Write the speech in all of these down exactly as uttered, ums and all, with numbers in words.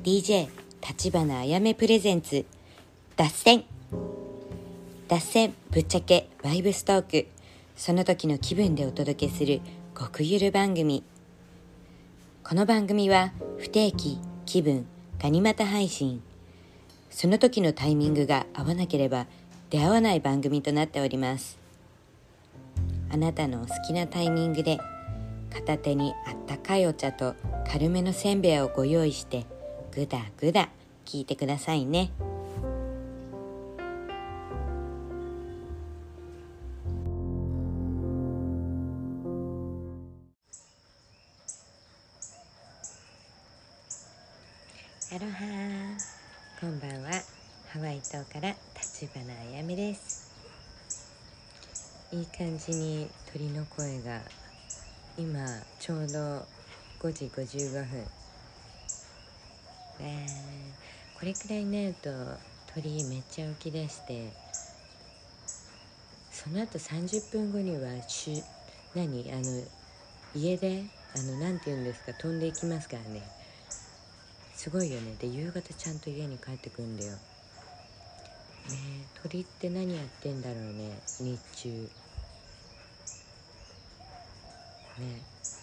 ディージェー 立花あやめプレゼンツ脱線脱線ぶっちゃけバイブストーク、その時の気分でお届けする極ゆる番組。この番組は不定期、気分、ガニ股配信、その時のタイミングが合わなければ出会わない番組となっております。あなたのお好きなタイミングで片手にあったかいお茶と軽めのせんべいをご用意してぐだぐだ聞いてくださいね。アロハー、こんばんは。ハワイ島から立花あやめです。いい感じに鳥の声が今ちょうどごじごじゅうごふん、えー、これくらいになると鳥めっちゃ起き出して、その後さんじゅっぷんごにはし何あの家であのなんて言うんですか、飛んでいきますからね。すごいよね。で夕方ちゃんと家に帰ってくるんだよね。鳥って何やってんだろうね、日中ね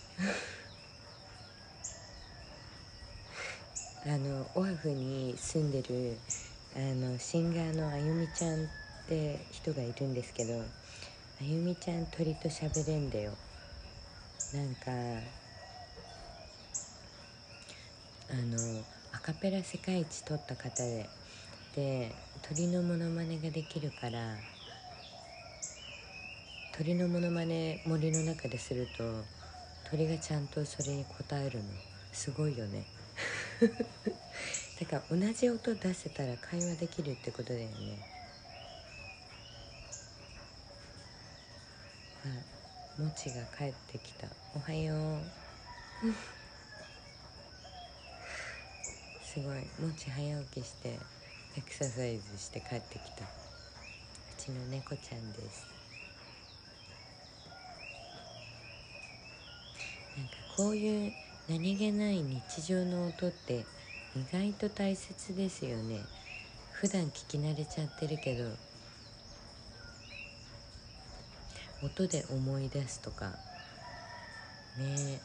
あのオアフに住んでるあのシンガーのあゆみちゃんって人がいるんですけど、あゆみちゃん鳥と喋れんだよ。なんかあのアカペラ世界一取った方でで鳥のモノマネができるから、鳥のモノマネ森の中ですると鳥がちゃんとそれに答えるの。すごいよねだから同じ音出せたら会話できるってことだよね。あ、もちが帰ってきた。おはようすごい、もち早起きしてエクササイズして帰ってきた。うちの猫ちゃんです。なんかこういう何気ない日常の音って意外と大切ですよね。普段聞き慣れちゃってるけど、音で思い出すとかね。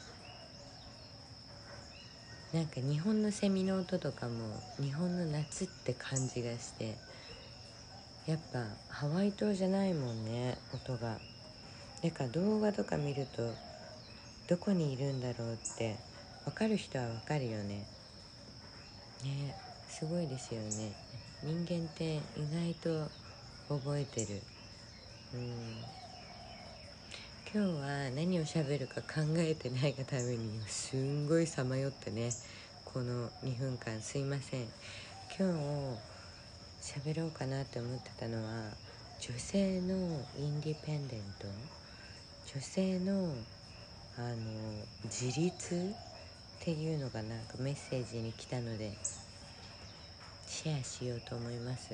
なんか日本のセミの音とかも日本の夏って感じがして、やっぱハワイ島じゃないもんね、音が。だから動画とか見るとどこにいるんだろうって分かる人は分かるよね。ね、すごいですよね。人間って意外と覚えてる。うん、今日は何を喋るか考えてないがためにすんごいさまよってね、このにふんかんすいません。今日喋ろうかなって思ってたのは女性のインディペンデント、女性のあの自立っていうのがなんかメッセージに来たのでシェアしようと思います。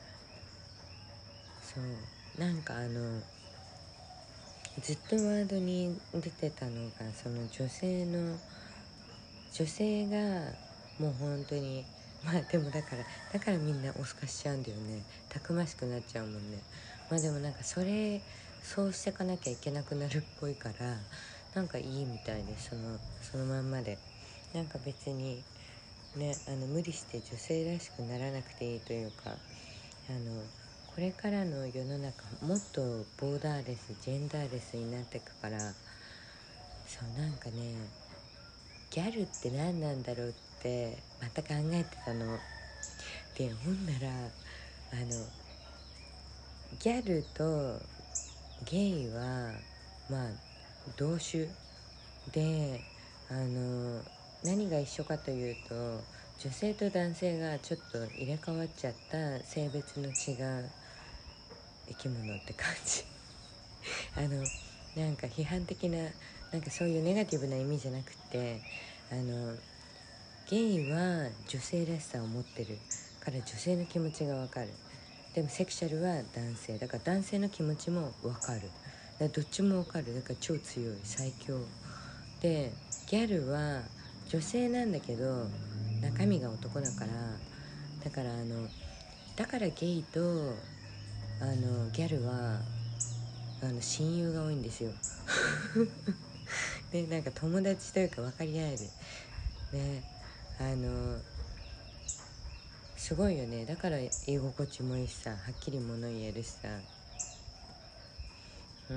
そうなんかあのずっとワードに出てたのが、その女性の女性がもう本当に、まあでもだからだからみんなオス化しちゃうんだよね。たくましくなっちゃうもんね。まあでもなんかそれそうしてかなきゃいけなくなるっぽいから、なんかいいみたいで、そのそのまんまでなんか別にね、あの無理して女性らしくならなくていいというか、あのこれからの世の中もっとボーダーレス、ジェンダーレスになっていくから、そうなんかね、ギャルって何なんだろうってまた考えてたので、ほんならあのギャルとゲイはまあ同種で、あの何が一緒かというと、女性と男性がちょっと入れ替わっちゃった性別の違う生き物って感じあのなんか批判的な、なんかそういうネガティブな意味じゃなくて、あのゲイは女性らしさを持ってるから女性の気持ちがわかる。でもセクシャルは男性だから男性の気持ちもわかる。だからどっちもわかる。だから超強い、最強で、ギャルは女性なんだけど中身が男だから、だからあのだからゲイとあのギャルはあの親友が多いんですよでなんか友達というか分かり合えるね。あのすごいよね。だから居心地もいいしさ、はっきり物言えるしさ、うん、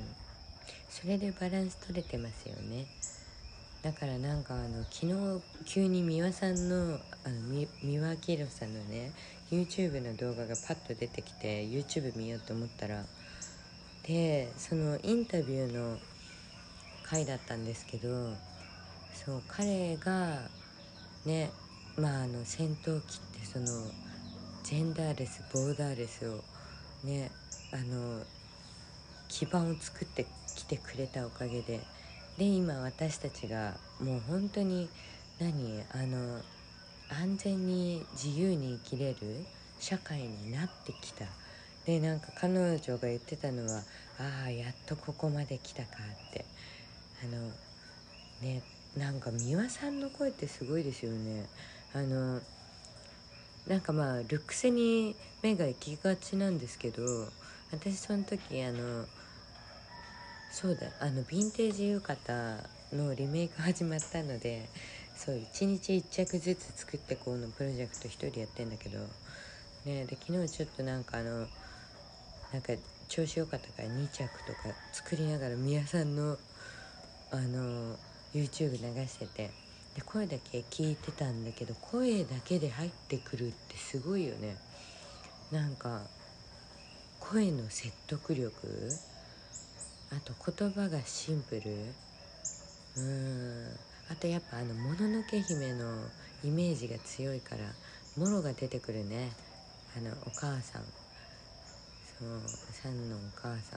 それでバランス取れてますよね。だからなんかあの昨日急に美輪さんのあの美輪明宏さんのね YouTube の動画がパッと出てきて YouTube 見ようと思ったら、でそのインタビューの回だったんですけど、そう彼がね、まああの戦闘機ってそのジェンダーレスボーダーレスをね、あの基盤を作ってきてくれたおかげで、で今私たちがもう本当に何あの安全に自由に生きれる社会になってきた。でなんか彼女が言ってたのは、ああやっとここまで来たかって、あのね、なんか美輪さんの声ってすごいですよね。あのなんかまあルックスに目が行きがちなんですけど、私その時あのそうだあのヴィンテージ浴衣のリメイク始まったので、そういちにちいっちゃくずつ作ってこうのプロジェクトひとりでやってんだけどね。で昨日ちょっとなんかあのなんか調子良かったからにちゃくとか作りながら宮さんのあの YouTube 流してて、で声だけ聞いてたんだけど、声だけで入ってくるってすごいよね。なんか声の説得力、あと言葉がシンプル、うーんあとやっぱあのもののけ姫のイメージが強いからもろが出てくるね。あのお母さん、そうさんのお母さ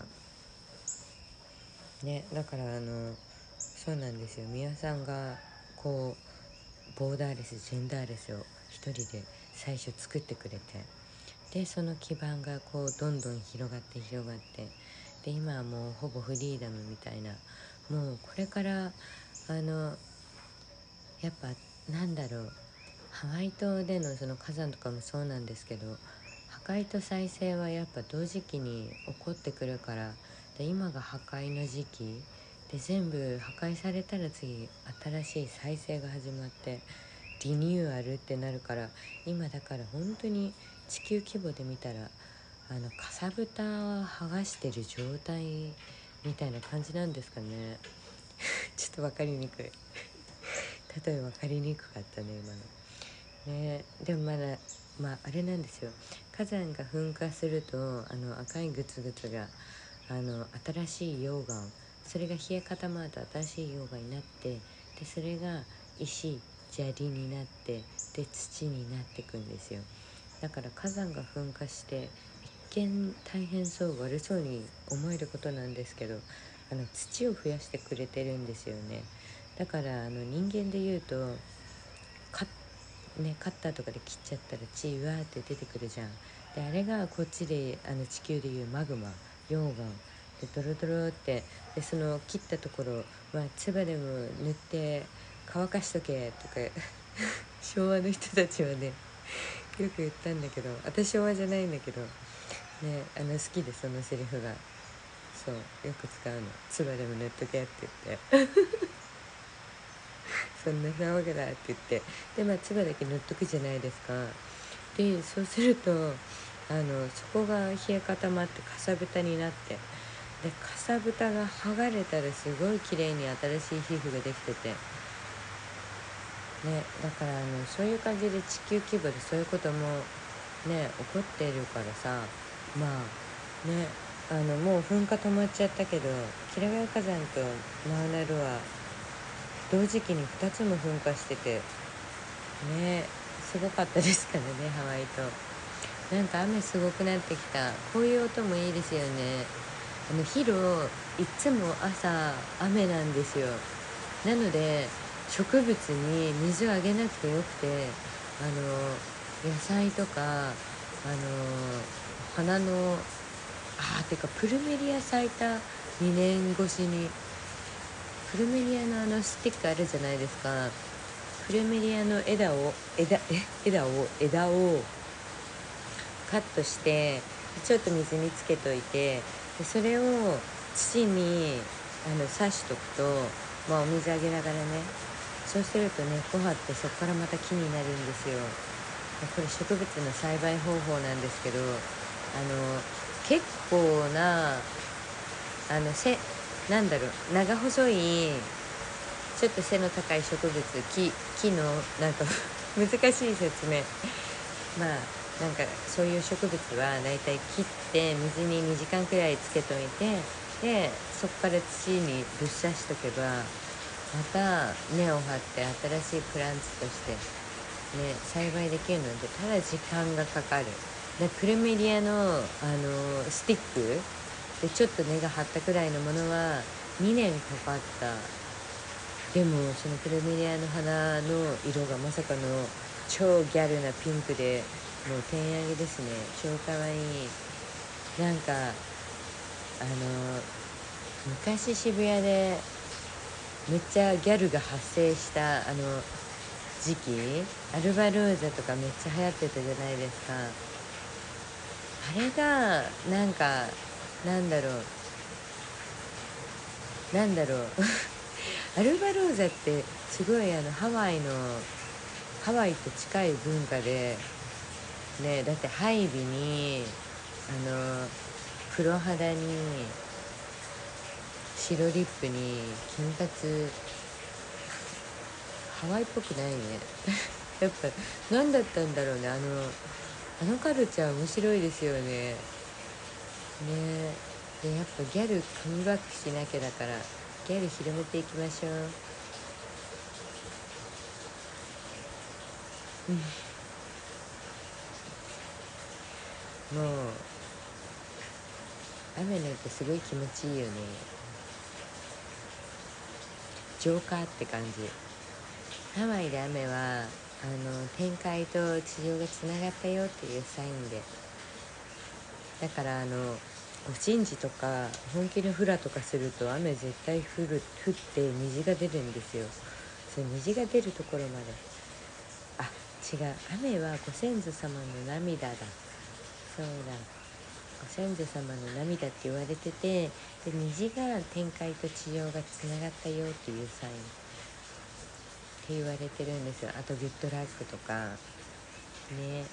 んね。だからあのそうなんですよ。宮さんがこうボーダーレスジェンダーレスを一人で最初作ってくれて、でその基盤がこうどんどん広がって広がって、で今はもうほぼフリーダムみたいな、もうこれからあのやっぱなんだろう、ハワイ島でのその火山とかもそうなんですけど、破壊と再生はやっぱ同時期に起こってくるから、で今が破壊の時期で全部破壊されたら次新しい再生が始まってリニューアルってなるから、今だから本当に地球規模で見たらあのかさぶたを剥がしてる状態みたいな感じなんですかねちょっと分かりにくい例え分かりにくかったね今のね。でもまだまああれなんですよ、火山が噴火するとあの赤いグツグツがあの新しい溶岩、それが冷え固まると新しい溶岩になって、でそれが石砂利になってで土になっていくんですよ。だから火山が噴火して一見大変そう悪そうに思えることなんですけど、あの土を増やしてくれてるんですよね。だからあの人間でいうとカッ,、ね、カッターとかで切っちゃったら血うわーって出てくるじゃん。であれがこっちであの地球でいうマグマ溶岩でドロドロって、でその切ったところ、まあ、唾でも塗って乾かしとけとか昭和の人たちはねよく言ったんだけど、私昭和じゃないんだけどね、あの好きでそのセリフが、そうよく使うの、唾でも塗っとけって言ってそんな騒ぐなって言って、でまあ唾だけ塗っとくじゃないですか。でそうするとあのそこが冷え固まってかさぶたになって、でかさぶたが剥がれたらすごい綺麗に新しい皮膚ができててね。だからあのそういう感じで地球規模でそういうこともね起こっているからさ、まあね、あのもう噴火止まっちゃったけど、キラガヤ火山とマウナルは同時期にふたつも噴火しててね、すごかったですからねハワイと。なんか雨すごくなってきた。こういう音もいいですよね。あのヒロいつも朝雨なんですよ。なので植物に水をあげなくてよくて、あの野菜とかあの花のあーてかプルメリア咲いたにねん越しに、プルメリアのあのスティックあるじゃないですか。 プルメリアの枝を枝枝を枝をカットしてちょっと水につけといて、でそれを土にあの刺しとくと、まあ、お水あげながらね、そうすると根っこ張ってそこからまた木になるんですよ。これ植物の栽培方法なんですけど、あの結構なあのせなんだろう長細いちょっと背の高い植物、木木のなんか難しい説明。まあなんかそういう植物はだいたい切って水ににじかんくらいつけといて、でそこから土にぶっ刺しとけばまた根を張って新しいプランツとしてね栽培できるので、ただ時間がかかる。でプルメリアの、あのスティックでちょっと根が張ったくらいのものはにねんかかった。でもそのプルメリアの花の色がまさかの超ギャルなピンクで、もう点上げですね。超かわいい。なんかあの昔渋谷でめっちゃギャルが発生したあの時期、アルバローザとかめっちゃ流行ってたじゃないですか。あれがなんかなんだろうなんだろうアルバローザってすごいあのハワイのハワイと近い文化でね、だってハイビにあの黒肌に白リップに金髪、ハワイっぽくないねやっぱ何だったんだろうね、あのあのカルチャー面白いですよね。ねでやっぱギャルカムバックしなきゃだから、ギャル広めていきましょう。もう雨なんてすごい気持ちいいよね。ジョーカーって感じ。ハワイで雨はあの天界と地上がつながったよっていうサインで、だからあのお神事とか本気のフラとかすると雨絶対降る降って虹が出るんですよ。それ虹が出るところまで、あ違う、雨はご先祖様の涙だ。そうだ、ご先祖様の涙って言われてて、で虹が天界と地上がつながったよっていうサインって言われてるんですよ。あとグッドラックとかね。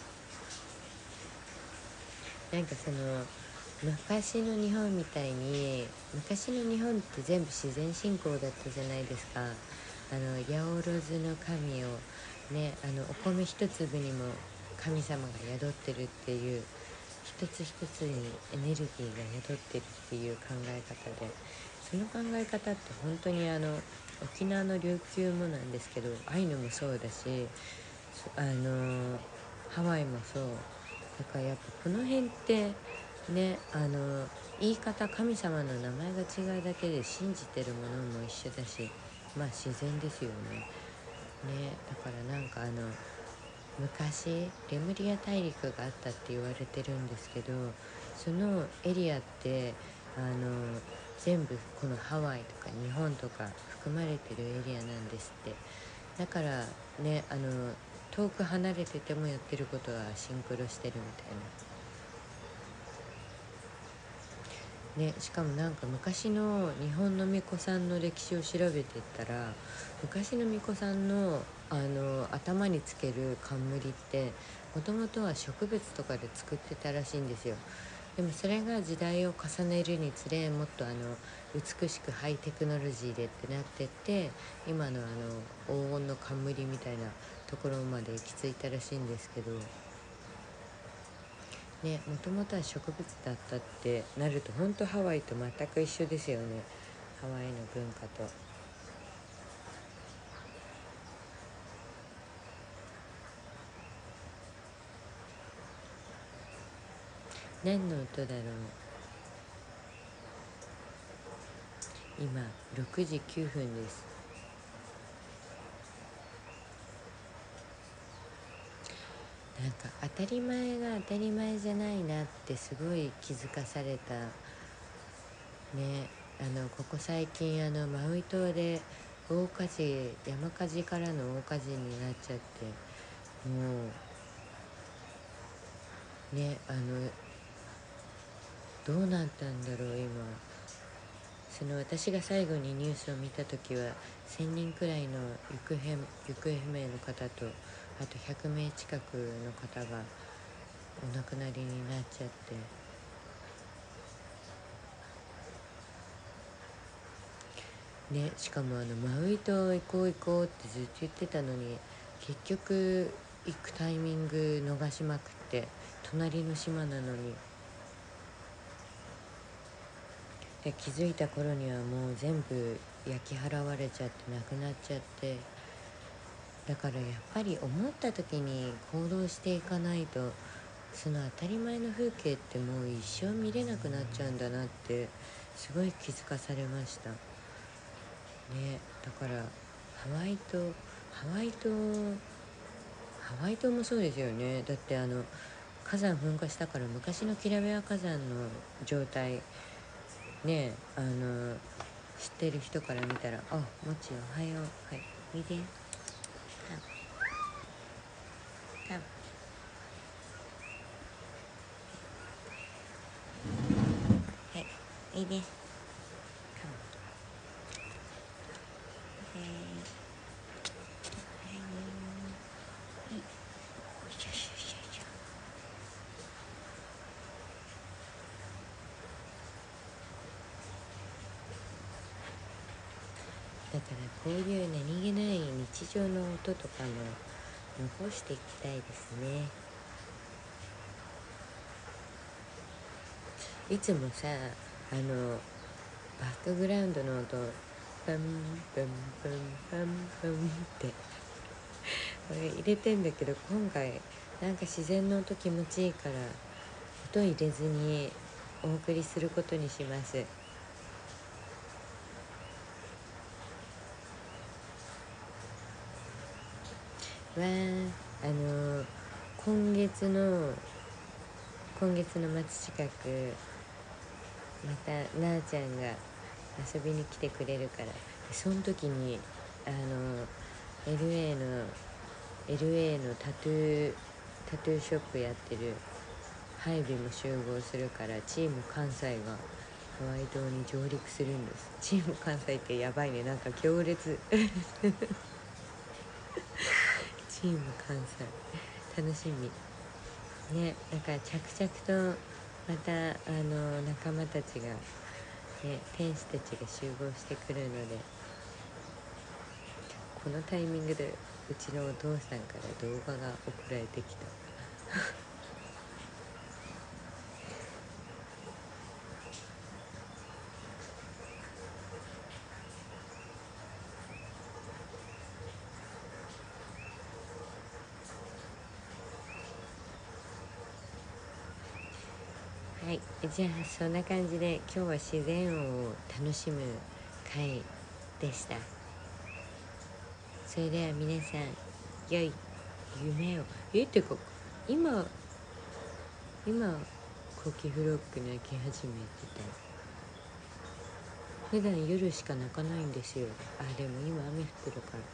なんかその昔の日本みたいに、昔の日本って全部自然信仰だったじゃないですか。あの八百万の神をね、あのお米一粒にも神様が宿ってるっていう、一つ一つにエネルギーが宿ってるっていう考え方で、その考え方って本当にあの沖縄の琉球もなんですけど、アイヌもそうだし、あのハワイもそうだから、やっぱこの辺ってね、あの言い方、神様の名前が違うだけで信じてるものも一緒だし、まあ自然ですよね。ねだからなんかあの昔レムリア大陸があったって言われてるんですけど、そのエリアってあの全部このハワイとか日本とか含まれてるエリアなんですって。だからね、あの遠く離れててもやってることはシンクロしてるみたいなね。しかもなんか昔の日本の巫女さんの歴史を調べていったら、昔の巫女さんのあの頭につける冠ってもともとは植物とかで作ってたらしいんですよ。でもそれが時代を重ねるにつれ、もっとあの美しくハイテクノロジーでってなってって、今のあの黄金の冠みたいなところまで行き着いたらしいんですけどね、もともとは植物だったってなると本当ハワイと全く一緒ですよね。ハワイの文化と。何の音だろう。今ろくじきゅうふんです。なんか当たり前が当たり前じゃないなってすごい気づかされたね。あのここ最近あのマウイ島で大火事、山火事からの大火事になっちゃって、もうね、あのどうなったんだろう今。その私が最後にニュースを見た時はせんにんくらいの行方行方不明の方と、あとひゃくめい近くの方がお亡くなりになっちゃってね。しかもあのマウイ島行こう行こうってずっと言ってたのに、結局行くタイミング逃しまくって、隣の島なのに。で気づいた頃にはもう全部焼き払われちゃってなくなっちゃって、だからやっぱり思った時に行動していかないと、その当たり前の風景ってもう一生見れなくなっちゃうんだなってすごい気づかされましたね。だからハワイ島ハワイ島ハワイ島もそうですよね。だってあの火山噴火したから、昔のキラベア火山の状態ね、あの知ってる人から見たら、あ、もちおはよう、はい、おいで、カムはい、おいで、カム、はい、はい、よしよしよしよし。だからこういう何気ない日常の音とかも残していきたいですね。いつもさ、あのバックグラウンドの音、パンパンパンパンパンってこれ入れてんだけど、今回なんか自然の音気持ちいいから音入れずにお送りすることにします。わー、あの今月の今月の末近くまたなあちゃんが遊びに来てくれるから、その時にあの エルエー の エルエー のタトゥータトゥーショップやってるハイビも集合するから、チーム関西がハワイ島に上陸するんです。チーム関西ってやばいね、なんか行列チーム関西楽しみね。だから着々とまたあの仲間たちが、ね、天使たちが集合してくるので、このタイミングでうちのお父さんから動画が送られてきたはい、じゃあそんな感じで今日は自然を楽しむ回でした。それでは皆さん、良い夢を。えってか今今コキフロック鳴き始めてた。普段夜しか鳴かないんですよ。あ、でも今雨降ってるからか。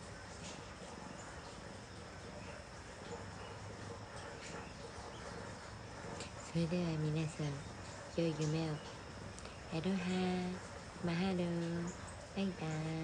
それでは皆さん、良い夢を。アロハ、マハロー、バイバイ。